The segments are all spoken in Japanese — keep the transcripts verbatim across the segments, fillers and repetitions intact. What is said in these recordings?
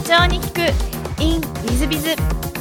長に聞く in ウィズビズ。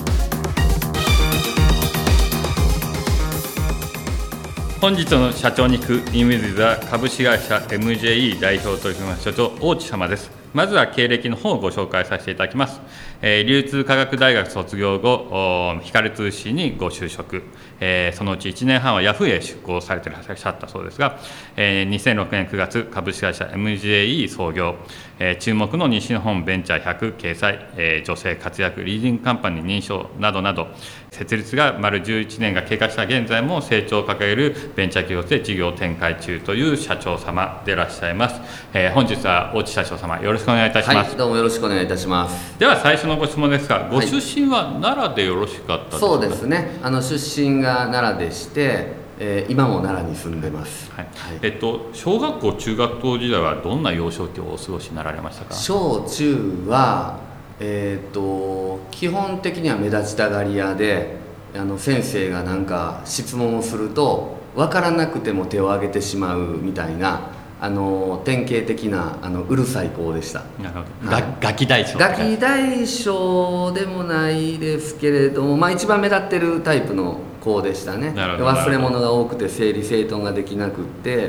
本日の社長に聞く in ウィズビズは株式会社 エムジェーイー 代表取締役社長大地様です。まずは経歴の方をご紹介させていただきます。えー、流通科学大学卒業後、光通信にご就職、えー、そのうちいちねんはんはヤフーへ出向されていらっしゃったそうですが、えー、にせんろくねんくがつ株式会社 エムジェーイー 創業、えー、注目の西日本ベンチャーひゃく掲載、えー、女性活躍リーディングカンパニー認証などなど、設立が丸じゅういちねんが経過した現在も成長を掲げるベンチャー企業で事業展開中という社長様でいらっしゃいます。えー、本日は大地社長様、よろしくお願いいたします。 はい、どうもよろしくお願いいたします。 では最初のご質問ですが、ご出身は奈良でよろしかったですか？ はい、そうですね、あの出身が奈良でして、えー、今も奈良に住んでます。 はいはい、えっと、小学校中学校時代はどんな幼少期をお過ごしになられましたか？ 小中は、えー、と基本的には目立ちたがり屋で、あの先生が何か質問をすると分からなくても手を挙げてしまうみたいな、あの典型的なあのうるさい子でした。 なるほど、はい、ガキ大将。 ガキ大将でもないですけれども、まあ、一番目立ってるタイプの子でしたね。忘れ物が多くて整理整頓ができなくって、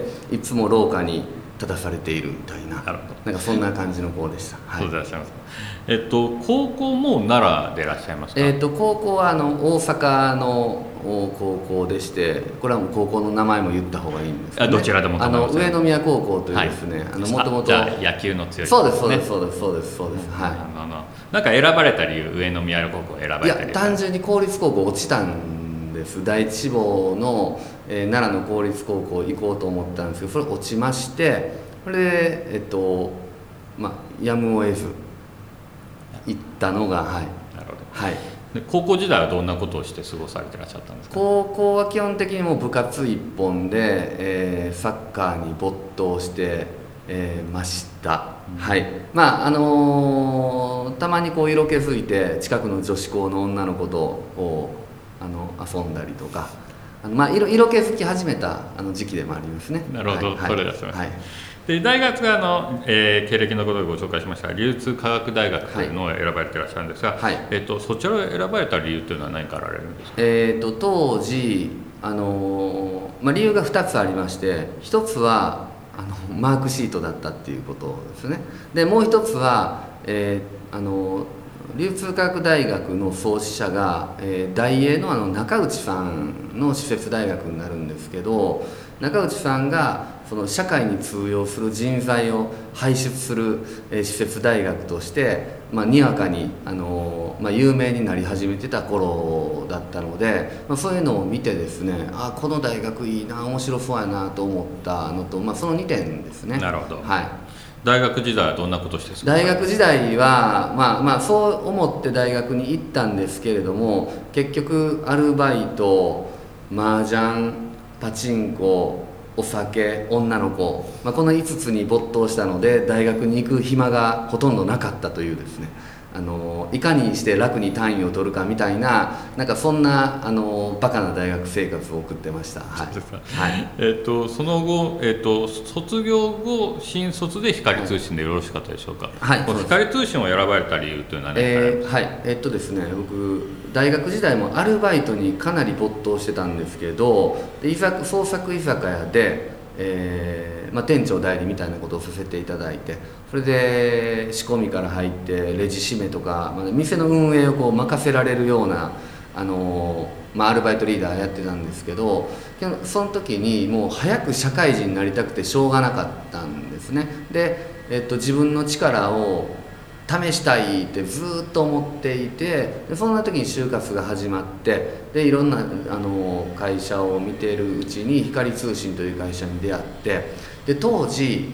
いつも廊下に立たされているみたいな、なるほど、なんかそんな感じの子でした。 はい、そうでいらっしゃいます。えっと、高校も奈良でいらっしゃいますか？ えっと、高校はあの大阪の高校でして、これはもう高校の名前も言った方がいいんですかね。 あ、どちらでも。 あの上宮高校というですね、はい、あのもともと野球の強い、ね、 そうですそうですそうですそうですそうです、はい。 あのなんか選ばれた理由、上宮高校を選ばれた理由？ いや、単純に公立高校落ちたんです。第一志望の、えー、奈良の公立高校行こうと思ったんですけど、それ落ちまして、それでえっとまあやむを得ず行ったのが、はい。 なるほど。 はい。 で高校時代はどんなことをして過ごされていらっしゃったんですか？ 高校は基本的にもう部活一本で、えー、サッカーに没頭して、えー、ました。うん、はい。まああのー、たまにこう色気づいて近くの女子校の女の子とこうあの遊んだりとか、あのまあ色色気づき始めたあの時期でもありますね。 なるほど、 はい、 それですね。 はい。 で大学があの、えー、経歴のことをご紹介しましたが、流通科学大学というのを選ばれていらっしゃるんですが、はい、えー、とそちらを選ばれた理由というのは何からあられるんですか？ えー、と当時、あのーまあ、理由がふたつありまして、ひとつはあのマークシートだったっていうことですね。でもうひとつは、えーあのー流通科学大学の創始者が、えー、大英のあの中内さんの施設大学になるんですけど、中内さんがその社会に通用する人材を輩出する、えー、施設大学として、まあ、にわかに、あのーまあ、有名になり始めてた頃だったので、まあ、そういうのを見てですね、あ、この大学いいな、面白そうやなと思ったのと、まあ、そのにてんですね。 なるほど。 はい。 大学時代はどんなことをして大学時代は、まあまあ、そう思って大学に行ったんですけれども、結局アルバイト、麻雀、パチンコ、お酒、女の子、まあ、このいつつに没頭したので、大学に行く暇がほとんどなかったというですね、あのいかにして楽に単位を取るかみたいな、なんかそんなあのバカな大学生活を送ってました。はい。 はい。えっとその後、えっと卒業後新卒で光通信でよろしかったでしょうか？はい。この光通信を選ばれた理由というのは何かありますか？ えー、はい。えっとですね、僕大学時代もアルバイトにかなり没頭してたんですけど、で居酒創作居酒屋で。えーまあ、店長代理みたいなことをさせていただいて、それで仕込みから入ってレジ締めとか、まあ、店の運営をこう任せられるような、あのーまあ、アルバイトリーダーやってたんですけど、その時にもう早く社会人になりたくてしょうがなかったんですね。で、えっと、自分の力を試したいってずっと思っていて、でそんな時に就活が始まって、でいろんなあの会社を見ているうちに光通信という会社に出会って、で当時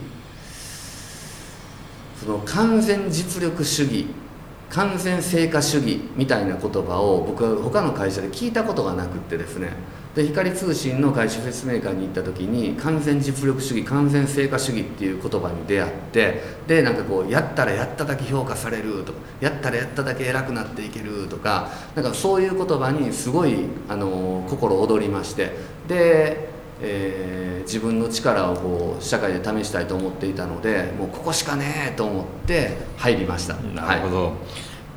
その完全実力主義、完全成果主義みたいな言葉を僕は他の会社で聞いたことがなくってですね、で光通信の会社説明会に行った時に完全実力主義、完全成果主義っていう言葉に出会って、でなんかこうやったらやっただけ評価されるとか、やったらやっただけ偉くなっていけるとか、なんかそういう言葉にすごいあの心躍りまして、でえー自分の力をこう社会で試したいと思っていたので、もうここしかねえと思って入りました。 なるほど、はい、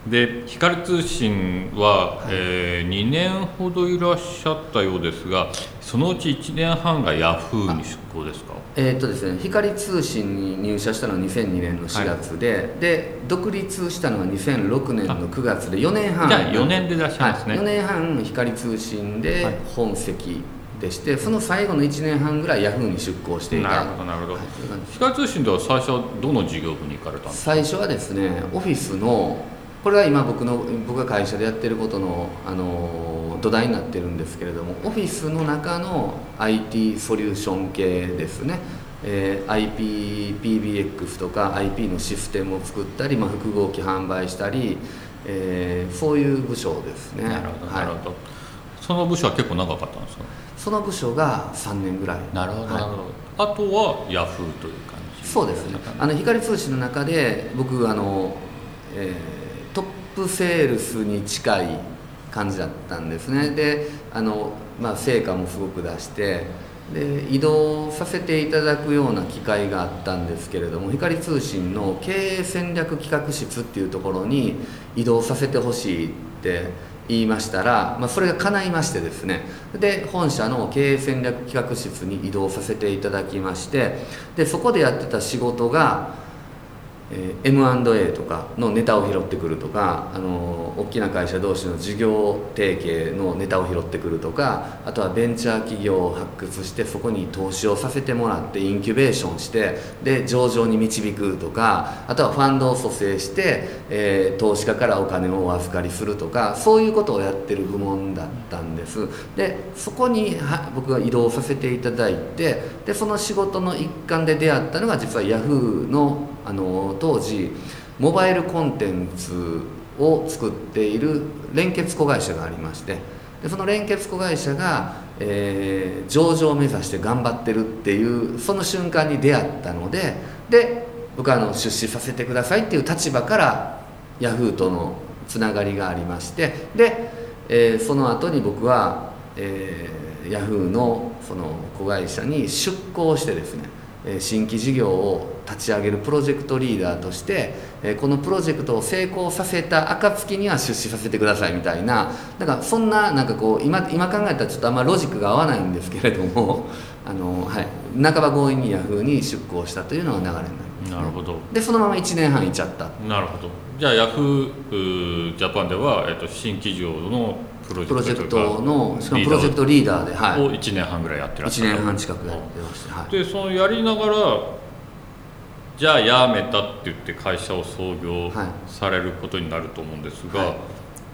で光通信は、はい、えー、にねんほどいらっしゃったようですが、そのうちいちねんはんがヤフーに出向ですか？ えーっとですね、光通信に入社したのはにせんにねんのしがつで、はい、で独立したのはにせんろくねんのくがつでよねんはん。 じゃあよねんでいらっしゃいますね。はい、 よねんはん光通信で本籍でして、はい、その最後のいちねんはんぐらいヤフーに出向していた。 なるほどなるほど、はい、光通信では最初はどの事業部に行かれたんですか？ 最初はですね、オフィスの、これは今僕の僕が会社でやってることの、あの土台になってるんですけれども、オフィスの中の アイティー ソリューション系ですね、えー、アイピー、ピービーエックス とか アイピー のシステムを作ったり、まあ、複合機販売したり、えー、そういう部署ですね。 なるほどなるほど、 はい、 その部署は結構長かったんですか？ その部署がさんねんぐらい。 なるほど、はい、なるほど。あとはヤフーという感じ？ そうですね、あの光通信の中で僕あの、えー、トップセールスに近い感じだったんですね。であの、まあ、成果もすごく出して、で移動させていただくような機会があったんですけれども、光通信の経営戦略企画室っていうところに移動させてほしいって言いましたら、まあ、それが叶いましてですね、で本社の経営戦略企画室に移動させていただきまして、でそこでやってた仕事が、えー、エムアンドエー とかのネタを拾ってくるとか、あの大きな会社同士の事業提携のネタを拾ってくるとか、あとはベンチャー企業を発掘してそこに投資をさせてもらってインキュベーションしてで上場に導くとか、あとはファンドを蘇生して、えー、投資家からお金をお預かりするとか、そういうことをやってる部門だったんです。でそこには僕が移動させていただいて、でその仕事の一環で出会ったのが実はヤフーのあの当時モバイルコンテンツを作っている連結子会社がありまして、でその連結子会社が、えー、上場を目指して頑張ってるっていうその瞬間に出会ったので、で僕はあの出資させてくださいっていう立場からヤフーとのつながりがありまして、で、えー、その後に僕は、えー、ヤフーのその子会社に出向してですね、新規事業を立ち上げるプロジェクトリーダーとして、このプロジェクトを成功させた暁には出資させてくださいみたいな、なんかそんななんかこう 今, 今考えたらちょっとあんまロジックが合わないんですけれども、あの、はい、半ば強引にヤフーに出向したというのが流れになります、ね、 なるほど。 でそのままいちねんはんいっちゃった。 なるほど。じゃあヤフージャパンでは、えっと、新企業のプロジェクトプロジェクトのしかもプロジェクトリーダーで、はい、 をいちねんはんぐらいやってらっしゃる。 いちねんはん近くやってました、はい、 でそのやりながらじゃあやめたって言って会社を創業されることになると思うんですが、はい、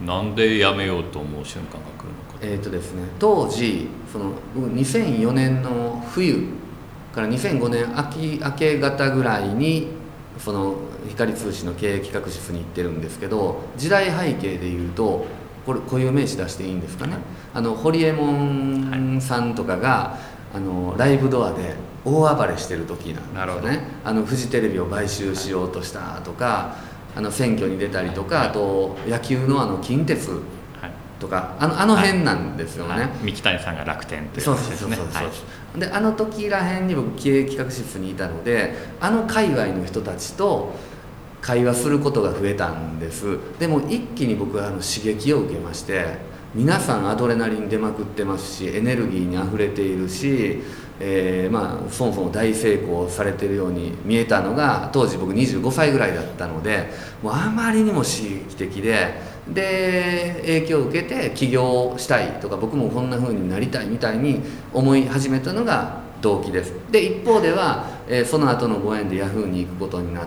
なんで辞めようと思う瞬間が来るのか。 えーとですね、当時その僕にせんよねんの冬からにせんごねん秋明け方ぐらいにその光通信の経営企画室に行ってるんですけど、時代背景でいうとこれ固有名詞出していいんですかね、はい、あのホリエモンさんとかが、はい、あのライブドアで大暴れしてる時なんですよね。あのフジテレビを買収しようとしたとか、はい、あの選挙に出たりとか、はい、あと野球のあの近鉄とか、はい、あのあの辺なんですよね、はいはい、 三木谷さんが楽天という話ですね。そうそうそうそう、はい、であの時らへんに僕経営企画室にいたので、あの界隈の人たちと会話することが増えたんです。でも一気に僕はあの刺激を受けまして、皆さんアドレナリン出まくってますし、エネルギーにあふれているし、えー、まあそもそも大成功されているように見えたのが、当時僕にじゅうごさいぐらいだったので、もうあまりにも刺激的で、で影響を受けて起業したいとか、僕もこんな風になりたいみたいに思い始めたのが動機です。で一方では、えー、その後のご縁でヤフーに行くことになって、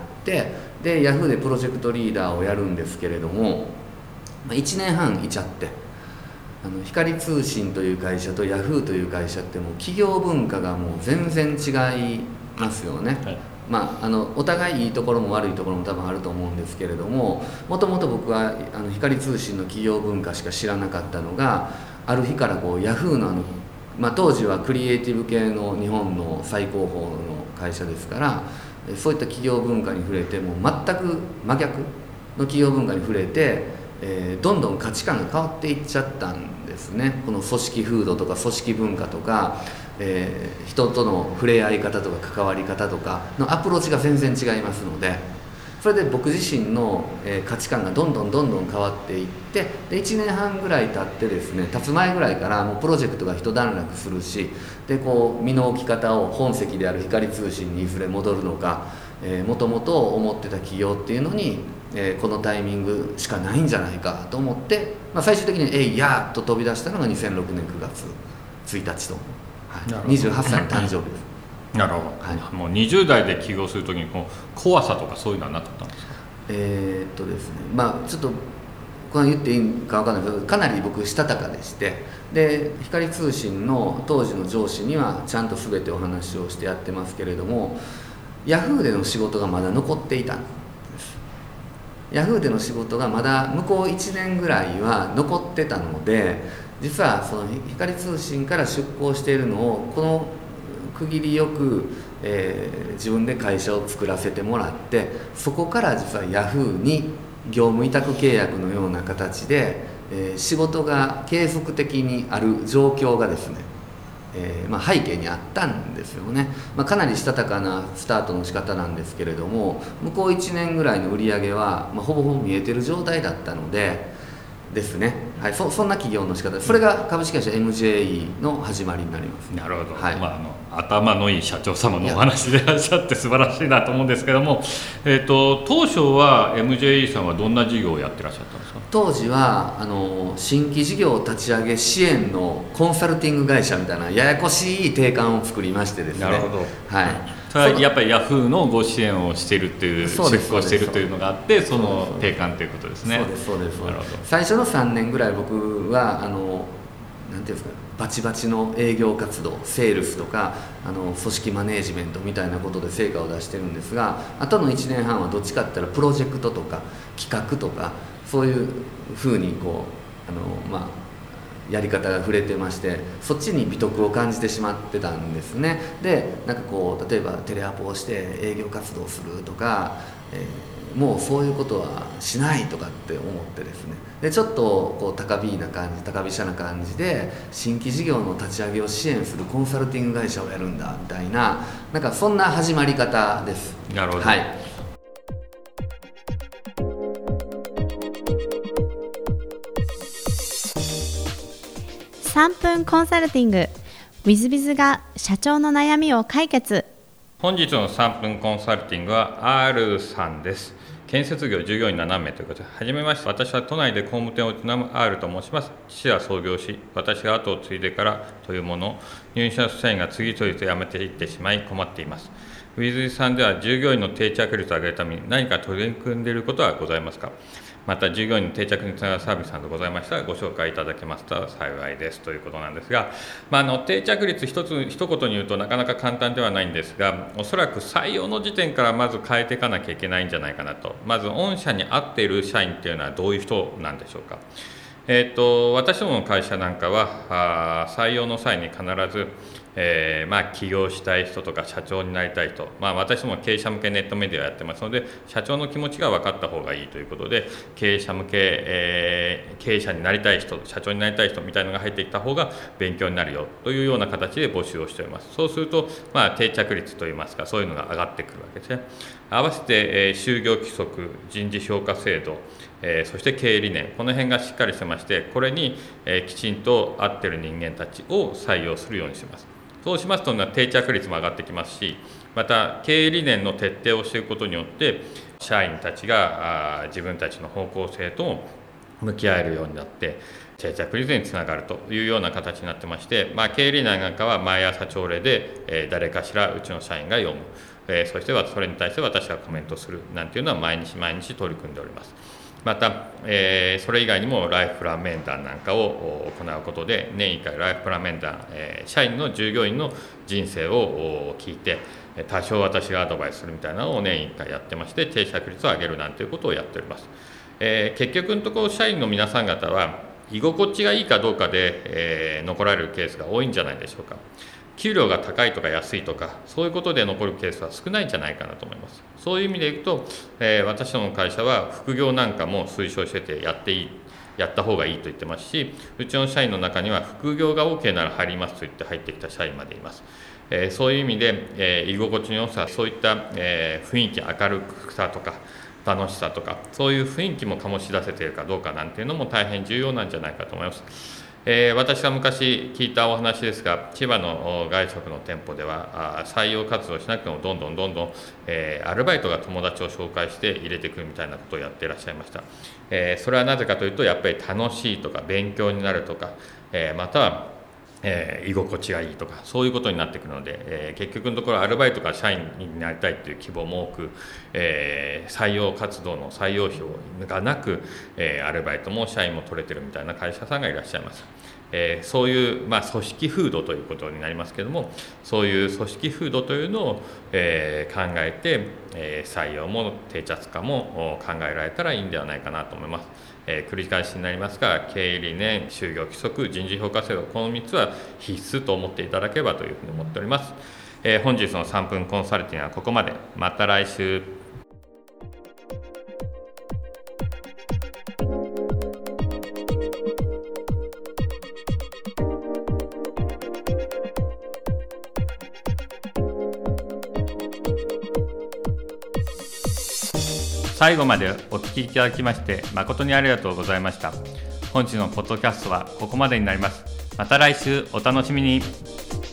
でヤフーでプロジェクトリーダーをやるんですけれども、いちねんはんいちゃって、あの光通信という会社とヤフーという会社ってもう企業文化がもう全然違いますよね、はい、まあ、あのお互いいいところも悪いところも多分あると思うんですけれども、もともと僕はあの光通信の企業文化しか知らなかったのが、ある日からこうヤフーのあの、まあ、当時はクリエイティブ系の日本の最高峰の会社ですから、そういった企業文化に触れて、もう全く真逆の企業文化に触れて、えー、どんどん価値観が変わっていっちゃったんですね。この組織風土とか組織文化とか、 えー、人との触れ合い方とか関わり方とかのアプローチが全然違いますので、それで僕自身の、えー、価値観がどんどんどんどん変わっていって、でいちねんはんぐらい経ってですね、経つ前ぐらいからもうプロジェクトが一段落するし、でこう身の置き方を本籍である光通信にいずれ戻るのか、もともと思ってた企業っていうのに、えー、このタイミングしかないんじゃないかと思って、まあ、最終的に「えいや!」と飛び出したのがにせんろくねんくがつついたちと、はい、にじゅうはっさいの誕生日です。 なるほど、はい、もうにじゅう代で起業するときにこう怖さとかそういうのはなかったんですか？ えー、っとですねまあちょっとこれ言っていいか分からないけど、かなり僕したたかでして、で光通信の当時の上司にはちゃんと全てお話をしてやってますけれども、ヤフーでの仕事がまだ残っていたんです。ヤフーでの仕事がまだ向こういちねんぐらいは残ってたので、実はその光通信から出向しているのをこの区切りよく、えー、自分で会社を作らせてもらって、そこから実はヤフーに業務委託契約のような形で、えー、仕事が継続的にある状況がですね、えーまあ、背景にあったんですよね。まあ、かなりしたたかなスタートの仕方なんですけれども、向こういちねんぐらいの売り上げは、まあ、ほぼほぼ見えてる状態だったのでですね、はい、そ, そんな企業の仕方、それが株式会社 エムジェーイー の始まりになります。 なるほど、 はい、 まあ、あの頭のいい社長様のお話でいらっしゃって素晴らしいなと思うんですけども、えー、と当初は エムジェーイー さんはどんな事業をやってらっしゃったんですか？ 当時はあの新規事業立ち上げ支援のコンサルティング会社みたいなややこしい定款を作りましてですね。 なるほど、 はい、 それはやっぱりヤフーのご支援をしているっていう、出向しているというのがあって、その定款ということですね。 そうですそうです。 なるほど。 最初のさんねんぐらい僕はあのなんていうんですか、バチバチの営業活動、セールスとかあの組織マネージメントみたいなことで成果を出してるんですが、あとのいちねんはんはどっちかって言ったらプロジェクトとか企画とかそういうふうにこうあの、まあ、やり方が触れてまして、そっちに美徳を感じてしまってたんですね。でなんかこう例えばテレアポをして営業活動するとか、えーもうそういうことはしないとかって思ってですね、でちょっとこう高飛な感じ高飛車な感じで新規事業の立ち上げを支援するコンサルティング会社をやるんだみたいな、なんかそんな始まり方です。 なるほど、 はい、 さんぷんコンサルティング ウィズビズ が社長の悩みを解決。 本日のさんぷんコンサルティングは R さんです。建設業従業員ななめいということで、はじめまして、私は都内で工務店を営む R と申します。父は創業し、私が後を継いでからというもの、入社社員が次々と辞めていってしまい困っています。ウィズビズさんでは従業員の定着率を上げるために何か取り組んでいることはございますか？また従業員の定着につながるサービスなどございましたらご紹介いただけますと幸いですということなんですが、まあ、あの定着率一つ一言に言うとなかなか簡単ではないんですが、おそらく採用の時点からまず変えていかなきゃいけないんじゃないかなと。まず御社に合っている社員っていうのはどういう人なんでしょうか。えー、と私どもの会社なんかはあ採用の際に必ずえーまあ、起業したい人とか社長になりたい人、まあ、私ども経営者向けネットメディアをやってますので、社長の気持ちが分かった方がいいということで、経営者向け、えー、経営者になりたい人、社長になりたい人みたいなのが入ってきた方が勉強になるよというような形で募集をしております。そうすると、まあ、定着率といいますか、そういうのが上がってくるわけですね。合わせて、えー、就業規則、人事評価制度、えー、そして経営理念、この辺がしっかりしてまして、これに、えー、きちんと合っている人間たちを採用するようにします。そうしますと定着率も上がってきますし、また経営理念の徹底をしていくことによって社員たちが自分たちの方向性と向き合えるようになって定着率につながるというような形になってまして、まあ、経営理念なんかは毎朝朝礼で誰かしらうちの社員が読む、えー、そしてそれに対して私がコメントするなんていうのは毎日毎日取り組んでおります。また、えー、それ以外にもライフプラン面談なんかを行うことで、年いっかいライフプラン面談、えー、社員の従業員の人生を聞いて多少私がアドバイスするみたいなのを年いっかいやってまして、定着率を上げるなんていうことをやっております。えー、結局のところ社員の皆さん方は居心地がいいかどうかで、えー、残られるケースが多いんじゃないでしょうか。給料が高いとか安いとかそういうことで残るケースは少ないんじゃないかなと思います。そういう意味でいくと、えー、私どもの会社は副業なんかも推奨しててやっていい、 やった方がいいと言ってますし、うちの社員の中には副業が OK なら入りますと言って入ってきた社員までいます。えー、そういう意味で、えー、居心地の良さ、そういった、えー、雰囲気、明るさとか楽しさとか、そういう雰囲気も醸し出せているかどうかなんていうのも大変重要なんじゃないかと思います。えー、私が昔聞いたお話ですが、千葉の外食の店舗では採用活動しなくてもどんどんどんどん、えー、アルバイトが友達を紹介して入れてくるみたいなことをやっていらっしゃいました。えー、それはなぜかというと、やっぱり楽しいとか勉強になるとか、えー、またはえー、居心地がいいとか、そういうことになってくるので、えー、結局のところアルバイトから社員になりたいという希望も多く、えー、採用活動の採用費がなく、えー、アルバイトも社員も取れてるみたいな会社さんがいらっしゃいます。えー、そういう、まあ、組織風土ということになりますけれども、そういう組織風土というのを、えー、考えて、えー、採用も定着化も考えられたらいいんではないかなと思います。えー、繰り返しになりますが、経営理念、就業規則、人事評価制度、このみっつは必須と思っていただければというふうに思っております。えー、本日のさんぷんコンサルティングはここまで。また来週。最後までお聞きいただきまして誠にありがとうございました。本日のポッドキャストはここまでになります。また来週お楽しみに。